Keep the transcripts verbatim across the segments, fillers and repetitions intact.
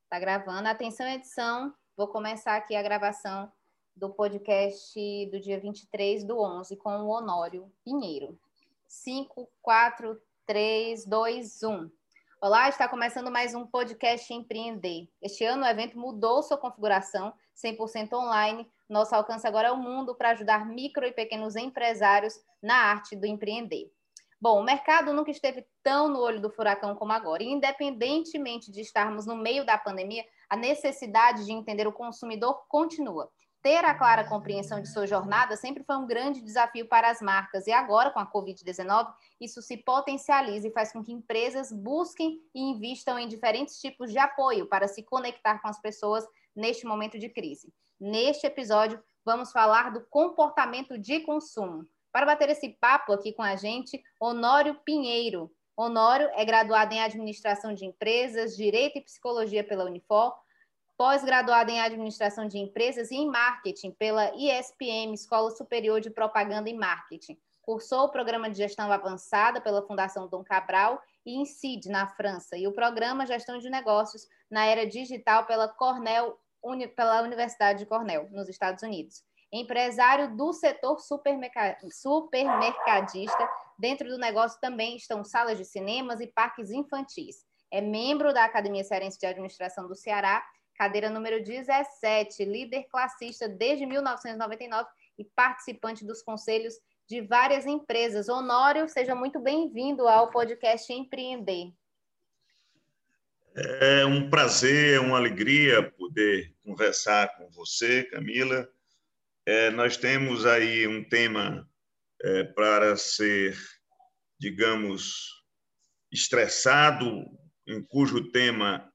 Tá gravando. Atenção, edição. Vou começar aqui a gravação do podcast do dia vinte e três do onze com o Honório Pinheiro. cinco, quatro, três, dois, um. Olá, está começando mais um podcast Empreender. Este ano o evento mudou sua configuração, cem por cento online. Nosso alcance agora é o mundo para ajudar micro e pequenos empresários na arte do empreender. Bom, o mercado nunca esteve tão no olho do furacão como agora. E, independentemente de estarmos no meio da pandemia, a necessidade de entender o consumidor continua. Ter a clara compreensão de sua jornada sempre foi um grande desafio para as marcas. E agora, com a covid dezenove, isso se potencializa e faz com que empresas busquem e invistam em diferentes tipos de apoio para se conectar com as pessoas neste momento de crise. Neste episódio, vamos falar do comportamento de consumo. Para bater esse papo aqui com a gente, Honório Pinheiro. Honório é graduado em Administração de Empresas, Direito e Psicologia pela Unifor, pós-graduado em Administração de Empresas e em Marketing pela I S P M, Escola Superior de Propaganda e Marketing. Cursou o Programa de Gestão Avançada pela Fundação Dom Cabral e em C I D, na França, e o Programa Gestão de Negócios na Era Digital pela Cornell, pela Universidade de Cornell, nos Estados Unidos. Empresário do setor supermercadista. Dentro do negócio também estão salas de cinemas e parques infantis. É membro da Academia Cearense de Administração do Ceará, cadeira número dezessete, líder classista desde mil novecentos e noventa e nove e participante dos conselhos de várias empresas. Honório, seja muito bem-vindo ao podcast Empreender. É um prazer, uma alegria poder conversar com você, Camila. É, nós temos aí um tema é, para ser, digamos, estressado, em cujo tema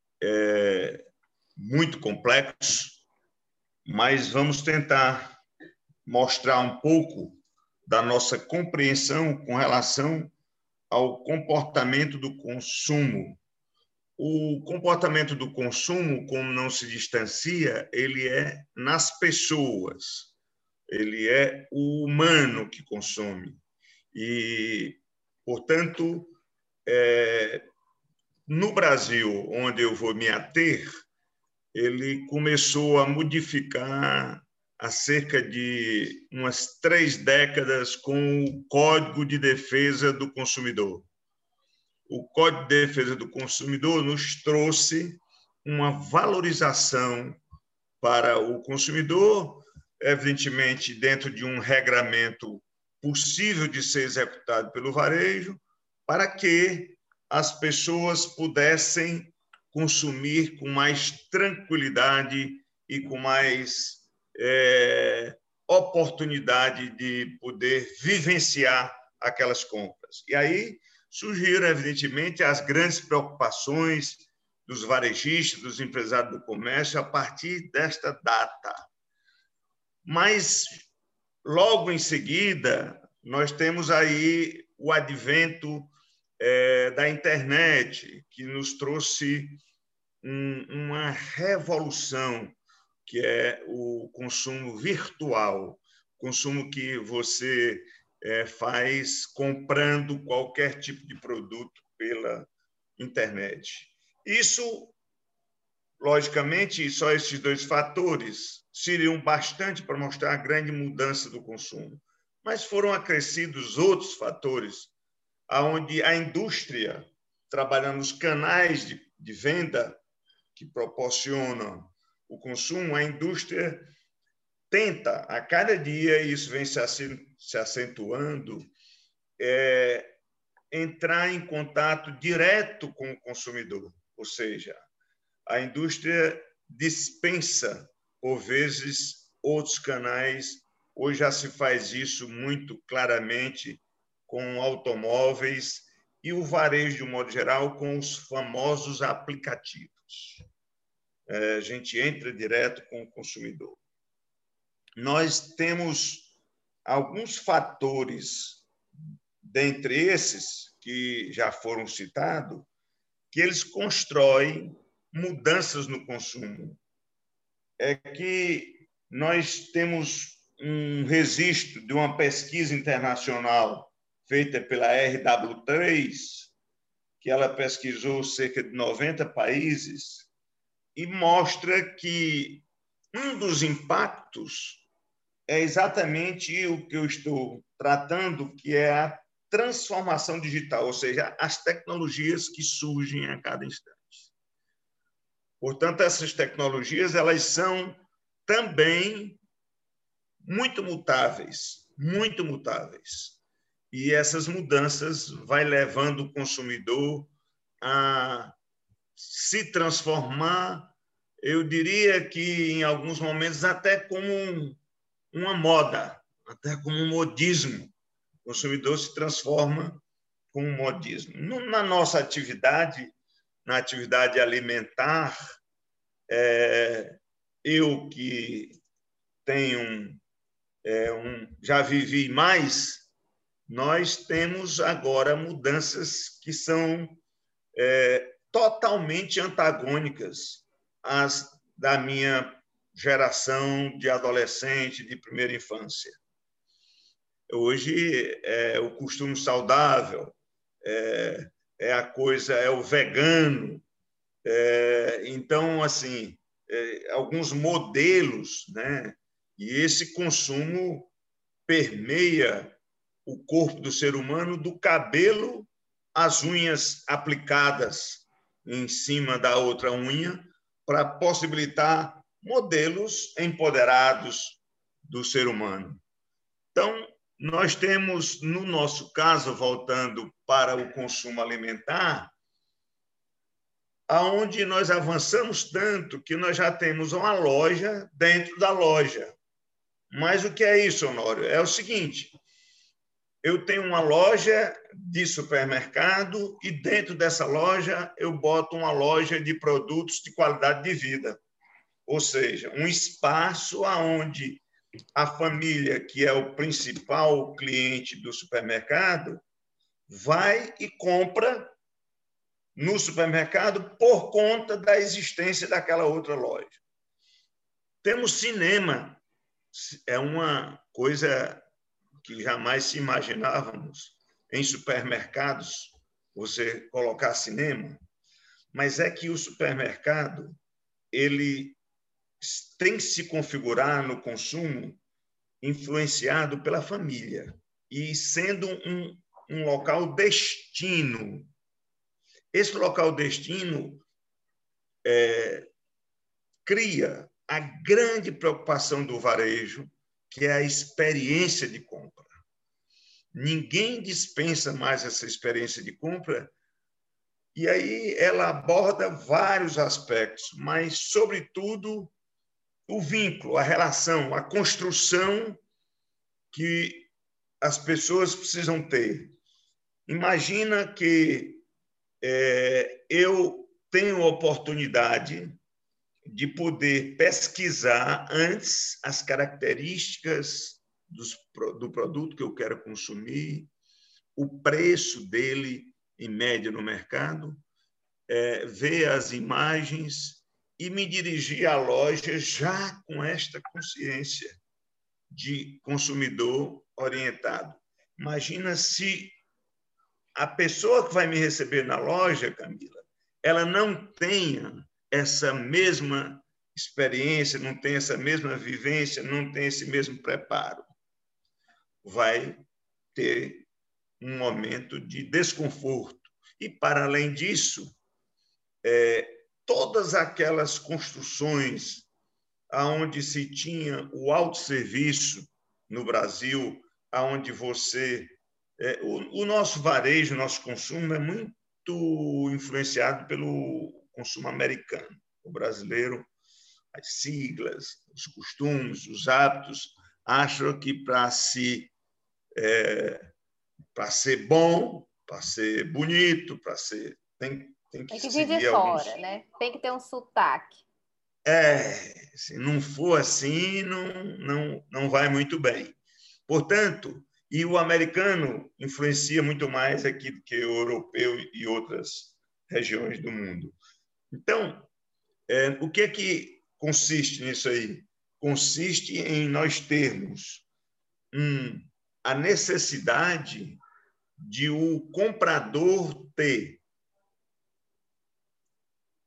é muito complexo, mas vamos tentar mostrar um pouco da nossa compreensão com relação ao comportamento do consumo. O comportamento do consumo, como não se distancia, ele é nas pessoas, ele é o humano que consome. E, portanto, é, no Brasil, onde eu vou me ater, ele começou a modificar há cerca de umas três décadas com o Código de Defesa do Consumidor. O Código de Defesa do Consumidor nos trouxe uma valorização para o consumidor, evidentemente dentro de um regramento possível de ser executado pelo varejo, para que as pessoas pudessem consumir com mais tranquilidade e com mais é, oportunidade de poder vivenciar aquelas compras. E aí surgiram, evidentemente, as grandes preocupações dos varejistas, dos empresários do comércio, a partir desta data. Mas, logo em seguida, nós temos aí o advento é, da internet, que nos trouxe um, uma revolução, que é o consumo virtual, consumo que você É, faz comprando qualquer tipo de produto pela internet. Isso, logicamente, só esses dois fatores seriam bastante para mostrar a grande mudança do consumo. Mas foram acrescidos outros fatores, onde a indústria, trabalhando nos canais de, de venda que proporcionam o consumo, a indústria tenta, a cada dia, e isso vem se acentuando, é, entrar em contato direto com o consumidor. Ou seja, a indústria dispensa, por vezes, outros canais. Hoje já se faz isso muito claramente com automóveis e o varejo, de um modo geral, com os famosos aplicativos. É, a gente entra direto com o consumidor. Nós temos alguns fatores, dentre esses que já foram citados, que eles constroem mudanças no consumo. É que nós temos um registro de uma pesquisa internacional feita pela R W três, que ela pesquisou cerca de noventa países, e mostra que um dos impactos é exatamente o que eu estou tratando, que é a transformação digital, ou seja, as tecnologias que surgem a cada instante. Portanto, essas tecnologias elas são também muito mutáveis, muito mutáveis. E essas mudanças vai levando o consumidor a se transformar, eu diria que em alguns momentos até como um, uma moda, até como um modismo. O consumidor se transforma com um modismo. Na nossa atividade, na atividade alimentar, é, eu que tenho é, um, já vivi mais, nós temos agora mudanças que são é, totalmente antagônicas às da minha geração de adolescente, de primeira infância. Hoje é o costume saudável, é, é a coisa, é o vegano. É, então, assim, é, alguns modelos, né? E esse consumo permeia o corpo do ser humano, do cabelo às unhas aplicadas em cima da outra unha, para possibilitar modelos empoderados do ser humano. Então, nós temos, no nosso caso, voltando para o consumo alimentar, aonde nós avançamos tanto que nós já temos uma loja dentro da loja. Mas o que é isso, Honório? É o seguinte, eu tenho uma loja de supermercado e dentro dessa loja eu boto uma loja de produtos de qualidade de vida. Ou seja, um espaço onde a família, que é o principal cliente do supermercado, vai e compra no supermercado por conta da existência daquela outra loja. Temos cinema, é uma coisa que jamais se imaginávamos em supermercados você colocar cinema, mas é que o supermercado ele tem que se configurar no consumo influenciado pela família e sendo um, um local destino. Esse local destino é, cria a grande preocupação do varejo, que é a experiência de compra. Ninguém dispensa mais essa experiência de compra, e aí ela aborda vários aspectos, mas, sobretudo, o vínculo, a relação, a construção que as pessoas precisam ter. Imagina que é, eu tenho a oportunidade de poder pesquisar antes as características dos, do produto que eu quero consumir, o preço dele em média no mercado, é, ver as imagens e me dirigir à loja já com esta consciência de consumidor orientado. Imagina se a pessoa que vai me receber na loja, Camila, ela não tenha essa mesma experiência, não tem essa mesma vivência, não tem esse mesmo preparo. Vai ter um momento de desconforto. E, para além disso, é, todas aquelas construções onde se tinha o autosserviço no Brasil, onde você... É, o, o nosso varejo, o nosso consumo é muito influenciado pelo consumo americano. O brasileiro, as siglas, os costumes, os hábitos, acham que para se, é, para ser bom, para ser bonito, para ser... Tem, tem que, tem que vir seguir de fora, alguns... né? Tem que ter um sotaque. É, se não for assim, não, não, não vai muito bem. Portanto, e o americano influencia muito mais aqui do que o europeu e outras regiões do mundo. Então, é, o que é que consiste nisso aí? Consiste em nós termos um, a necessidade de o comprador ter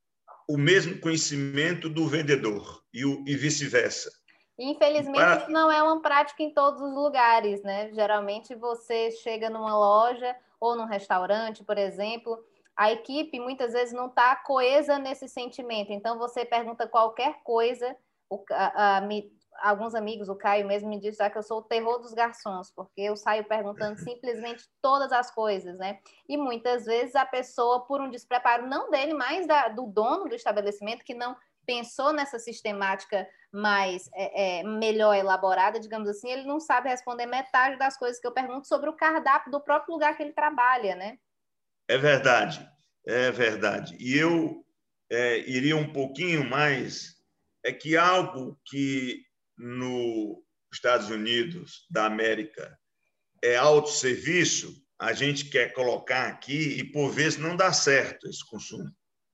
o mesmo conhecimento do vendedor e, e vice-versa. Infelizmente, para... isso não é uma prática em todos os lugares, né? Geralmente você chega numa loja ou num restaurante, por exemplo, a equipe muitas vezes não está coesa nesse sentimento. Então, você pergunta qualquer coisa, o, a, a, me, alguns amigos, o Caio mesmo me disse já que eu sou o terror dos garçons, porque eu saio perguntando simplesmente todas as coisas, né? E muitas vezes a pessoa, por um despreparo, não dele, mas da, do dono do estabelecimento, que não pensou nessa sistemática mais é, é, melhor elaborada, digamos assim, ele não sabe responder metade das coisas que eu pergunto sobre o cardápio do próprio lugar que ele trabalha, né? É verdade, é verdade. E eu é, iria um pouquinho mais, é que algo que nos Estados Unidos da América é autosserviço, a gente quer colocar aqui e, por vezes, não dá certo esse consumo.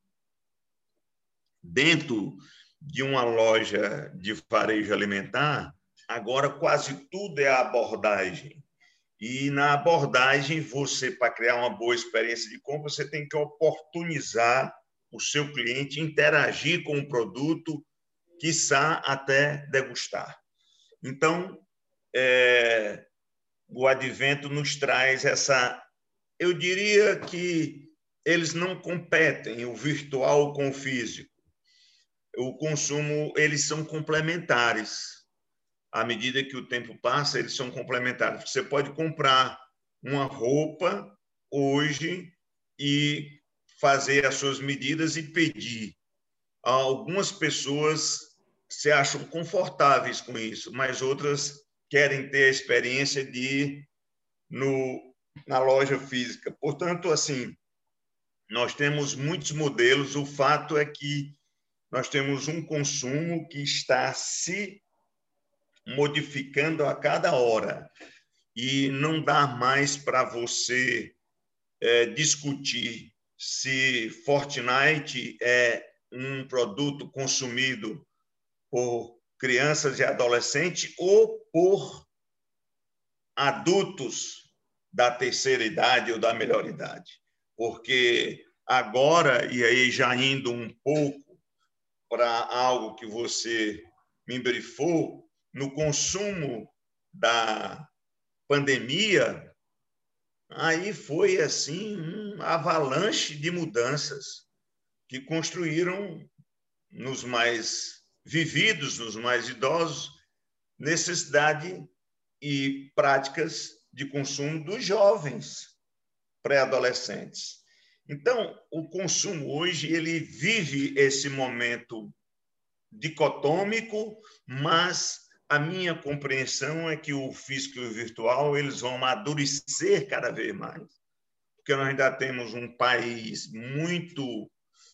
Dentro de uma loja de varejo alimentar, agora quase tudo é abordagem. E na abordagem, você, para criar uma boa experiência de compra, você tem que oportunizar o seu cliente interagir com o produto, quiçá até degustar. Então, é, o advento nos traz essa... Eu diria que eles não competem, o virtual com o físico. O consumo, eles são complementares. À medida que o tempo passa, eles são complementares. Você pode comprar uma roupa hoje e fazer as suas medidas e pedir. Algumas pessoas se acham confortáveis com isso, mas outras querem ter a experiência de ir no, na loja física. Portanto, assim, nós temos muitos modelos. O fato é que nós temos um consumo que está se modificando a cada hora e não dá mais para você é, discutir se Fortnite é um produto consumido por crianças e adolescentes ou por adultos da terceira idade ou da melhor idade. Porque agora, e aí já indo um pouco para algo que você me brifou, no consumo da pandemia, aí foi assim um avalanche de mudanças que construíram nos mais vividos, nos mais idosos, necessidade e práticas de consumo dos jovens pré-adolescentes. Então, o consumo hoje ele vive esse momento dicotômico, mas a minha compreensão é que o físico e o virtual eles vão amadurecer cada vez mais, porque nós ainda temos um país muito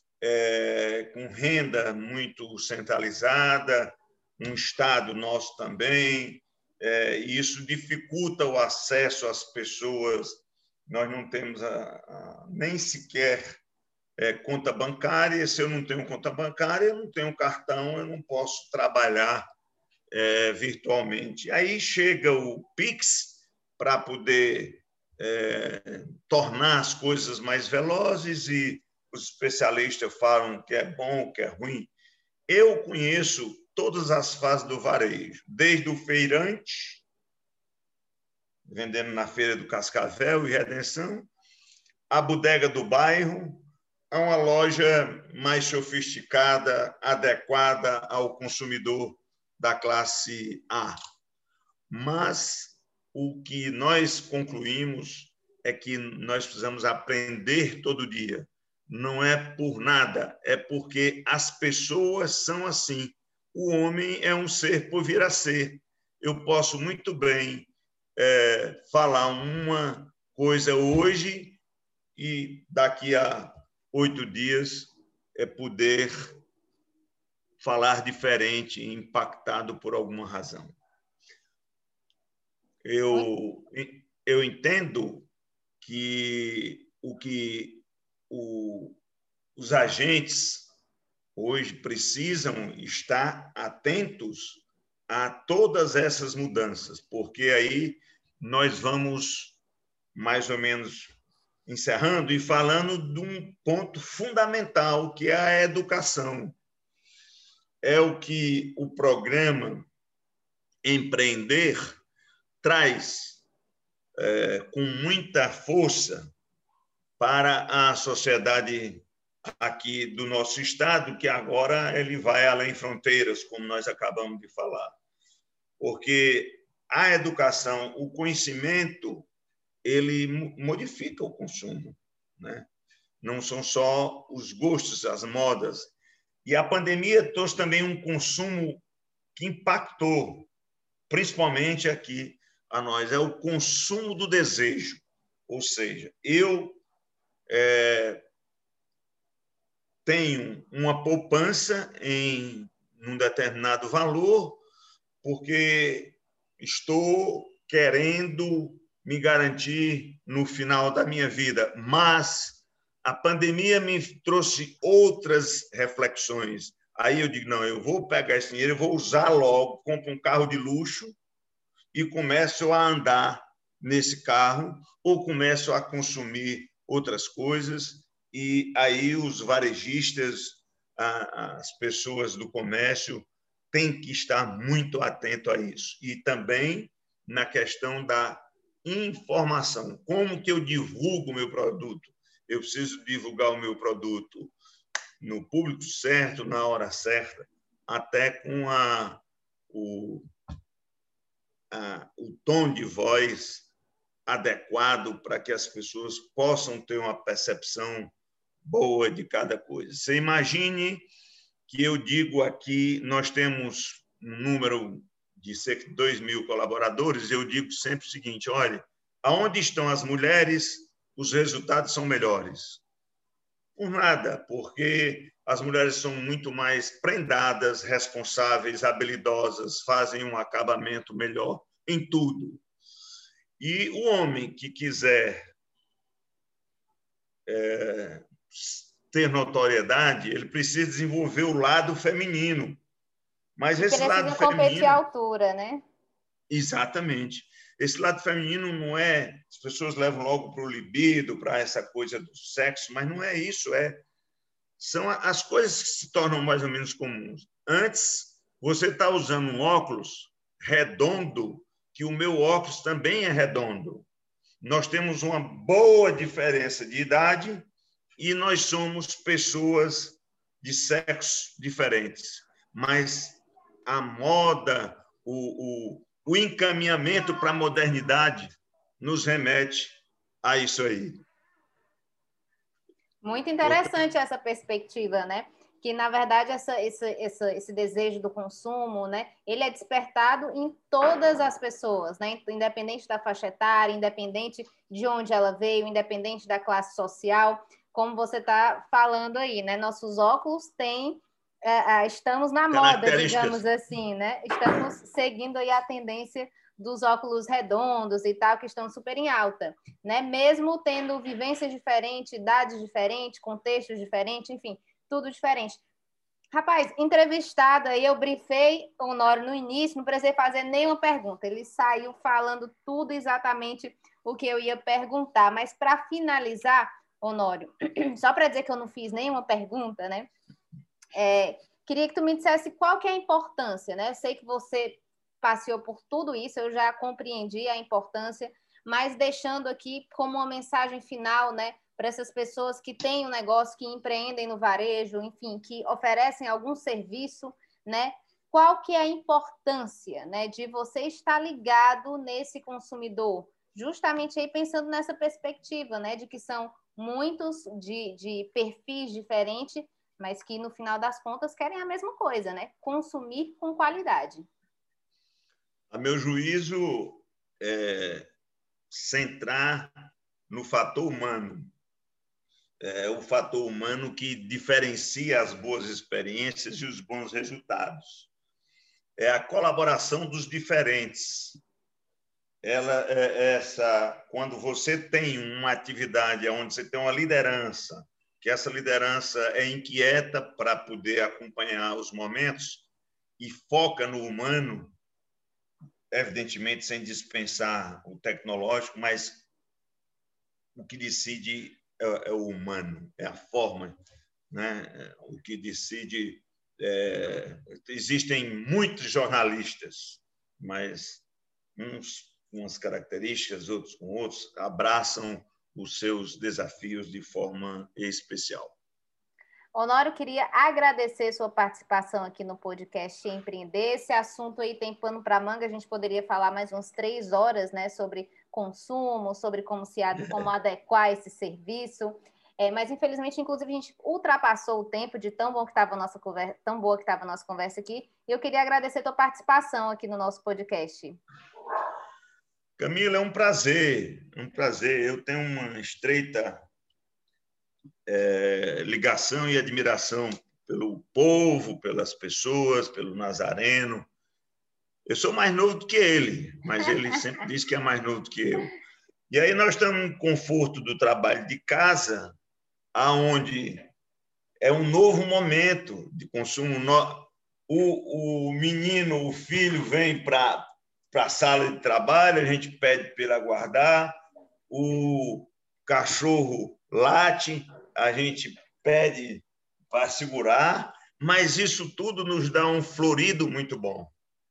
é, com renda muito centralizada, um Estado nosso também, é, e isso dificulta o acesso às pessoas. Nós não temos a, a, nem sequer é, conta bancária. Se eu não tenho conta bancária, eu não tenho cartão, eu não posso trabalhar é, virtualmente. Aí chega o Pix para poder é, tornar as coisas mais velozes e os especialistas falam que é bom, que é ruim. Eu conheço todas as fases do varejo, desde o feirante, vendendo na Feira do Cascavel e Redenção, a bodega do bairro, a uma loja mais sofisticada, adequada ao consumidor da classe A. Mas o que nós concluímos é que nós precisamos aprender todo dia. Não é por nada, é porque as pessoas são assim. O homem é um ser por vir a ser. Eu posso muito bem é, falar uma coisa hoje e daqui a oito dias é poder falar diferente, impactado por alguma razão. Eu, eu entendo que o que o, os agentes hoje precisam estar atentos a todas essas mudanças, porque aí nós vamos mais ou menos encerrando e falando de um ponto fundamental, que é a educação. É o que o programa Empreender traz é, com muita força para a sociedade aqui do nosso estado, que agora ele vai além fronteiras, como nós acabamos de falar. Porque a educação, o conhecimento, ele modifica o consumo, né? Não são só os gostos, as modas. E a pandemia trouxe também um consumo que impactou, principalmente aqui a nós, é o consumo do desejo. Ou seja, eu é, tenho uma poupança em um determinado valor, porque estou querendo me garantir no final da minha vida, mas a pandemia me trouxe outras reflexões. Aí eu digo, não, eu vou pegar esse dinheiro, eu vou usar logo, compro um carro de luxo e começo a andar nesse carro ou começo a consumir outras coisas, e aí os varejistas, as pessoas do comércio têm que estar muito atento a isso. E também na questão da informação. Como que eu divulgo o meu produto? Eu preciso divulgar o meu produto no público certo, na hora certa, até com a, o, a, o tom de voz adequado para que as pessoas possam ter uma percepção boa de cada coisa. Você imagine que eu digo aqui, nós temos um número de cerca de dois mil colaboradores, eu digo sempre o seguinte, olha, aonde estão as mulheres, os resultados são melhores. Por nada, porque as mulheres são muito mais prendadas, responsáveis, habilidosas, fazem um acabamento melhor em tudo. E o homem que quiser é, ter notoriedade, ele precisa desenvolver o lado feminino. Mas e esse lado competir à feminino... altura, né? Exatamente. Esse lado feminino não é... As pessoas levam logo para o libido, para essa coisa do sexo, mas não é isso. É, são as coisas que se tornam mais ou menos comuns. Antes, você está usando um óculos redondo, que o meu óculos também é redondo. Nós temos uma boa diferença de idade e nós somos pessoas de sexos diferentes. Mas a moda, o, o, o encaminhamento para a modernidade nos remete a isso aí. Muito interessante essa perspectiva, né? Que, na verdade, essa, essa, essa, esse desejo do consumo, né? Ele é despertado em todas as pessoas, né? Independente da faixa etária, independente de onde ela veio, independente da classe social, como você está falando aí, né? Nossos óculos têm... É, estamos na moda, digamos assim, né? Estamos seguindo aí a tendência dos óculos redondos e tal, que estão super em alta, né? Mesmo tendo vivências diferentes, idades diferentes, contextos diferentes, enfim, tudo diferente. Rapaz, entrevistada aí, eu briefei o Honório no início, não precisei fazer nenhuma pergunta. Ele saiu falando tudo exatamente o que eu ia perguntar. Mas para finalizar, Honório, só para dizer que eu não fiz nenhuma pergunta, né? É, queria que tu me dissesse qual que é a importância, né? Eu sei que você passeou por tudo isso, eu já compreendi a importância, mas deixando aqui como uma mensagem final, né, para essas pessoas que têm um negócio, que empreendem no varejo, enfim, que oferecem algum serviço, né? Qual que é a importância, né, de você estar ligado nesse consumidor? Justamente aí pensando nessa perspectiva, né, de que são muitos de, de perfis diferentes, mas que no final das contas querem a mesma coisa, né? Consumir com qualidade. A meu juízo, é centrar no fator humano. É o fator humano que diferencia as boas experiências e os bons resultados. É a colaboração dos diferentes. Ela é essa, quando você tem uma atividade onde você tem uma liderança, que essa liderança é inquieta para poder acompanhar os momentos e foca no humano, evidentemente sem dispensar o tecnológico, mas o que decide é, é o humano, é a forma, né? O que decide... É, existem muitos jornalistas, mas uns com umas características, outros com outros, abraçam os seus desafios de forma especial. Honório, queria agradecer sua participação aqui no podcast Empreender. Esse assunto aí tem pano para manga, a gente poderia falar mais umas três horas, né, sobre consumo, sobre como se como adequar esse serviço. É, mas, infelizmente, inclusive, a gente ultrapassou o tempo de tão bom que estava a nossa conversa, tão boa que estava a nossa conversa aqui. E eu queria agradecer a tua participação aqui no nosso podcast. Camila, é um prazer, um prazer. Eu tenho uma estreita é, ligação e admiração pelo povo, pelas pessoas, pelo Nazareno. Eu sou mais novo do que ele, mas ele sempre diz que é mais novo do que eu. E aí nós estamos no conforto do trabalho de casa, aonde é um novo momento de consumo. O, o menino, o filho vem para a sala de trabalho, a gente pede para ele aguardar, o cachorro late, a gente pede para segurar, mas isso tudo nos dá um florido muito bom.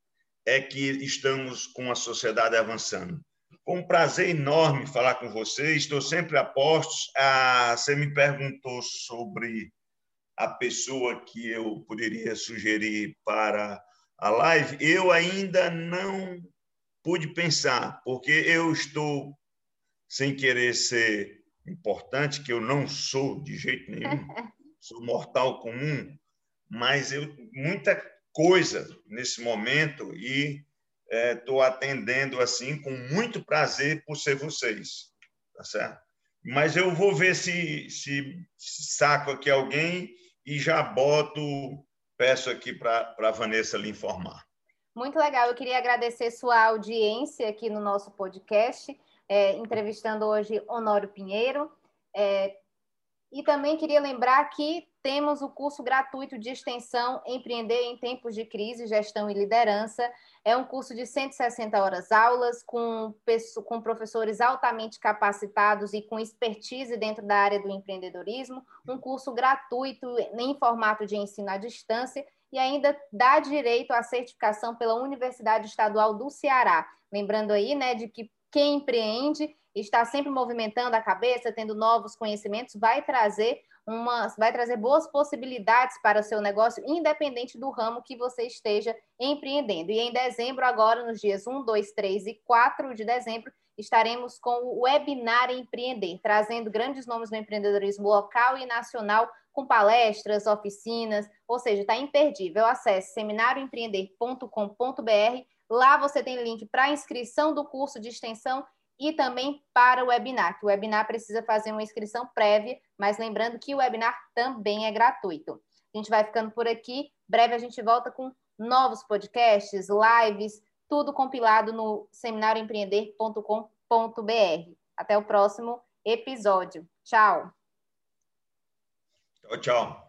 É que estamos com a sociedade avançando. Foi um prazer enorme falar com você. Estou sempre a postos. Ah, você me perguntou sobre a pessoa que eu poderia sugerir para a live. Eu ainda não pude pensar, porque eu estou, sem querer ser importante, que eu não sou de jeito nenhum, sou mortal comum, mas eu muita coisa nesse momento e estou é, atendendo assim com muito prazer por ser vocês, tá certo? Mas eu vou ver se, se saco aqui alguém e já boto, peço aqui para a Vanessa lhe informar. Muito legal, eu queria agradecer sua audiência aqui no nosso podcast, é, entrevistando hoje Honório Pinheiro, é, e também queria lembrar que temos o curso gratuito de extensão Empreender em Tempos de Crise, Gestão e Liderança. É um curso de cento e sessenta horas aulas, com, com professores altamente capacitados e com expertise dentro da área do empreendedorismo. Um curso gratuito em formato de ensino à distância e ainda dá direito à certificação pela Universidade Estadual do Ceará. Lembrando aí, né, de que quem empreende está sempre movimentando a cabeça, tendo novos conhecimentos, vai trazer uma, vai trazer boas possibilidades para o seu negócio, independente do ramo que você esteja empreendendo. E em dezembro, agora, nos dias um, dois, três e quatro de dezembro, estaremos com o Webinar Empreender, trazendo grandes nomes do empreendedorismo local e nacional, com palestras, oficinas, ou seja, está imperdível. Acesse seminário empreender ponto com ponto br. Lá você tem link para inscrição do curso de extensão e também para o webinar, que o webinar precisa fazer uma inscrição prévia, mas lembrando que o webinar também é gratuito. A gente vai ficando por aqui, breve a gente volta com novos podcasts, lives, tudo compilado no seminário empreender ponto com ponto br. Até o próximo episódio. Tchau! Tchau, tchau.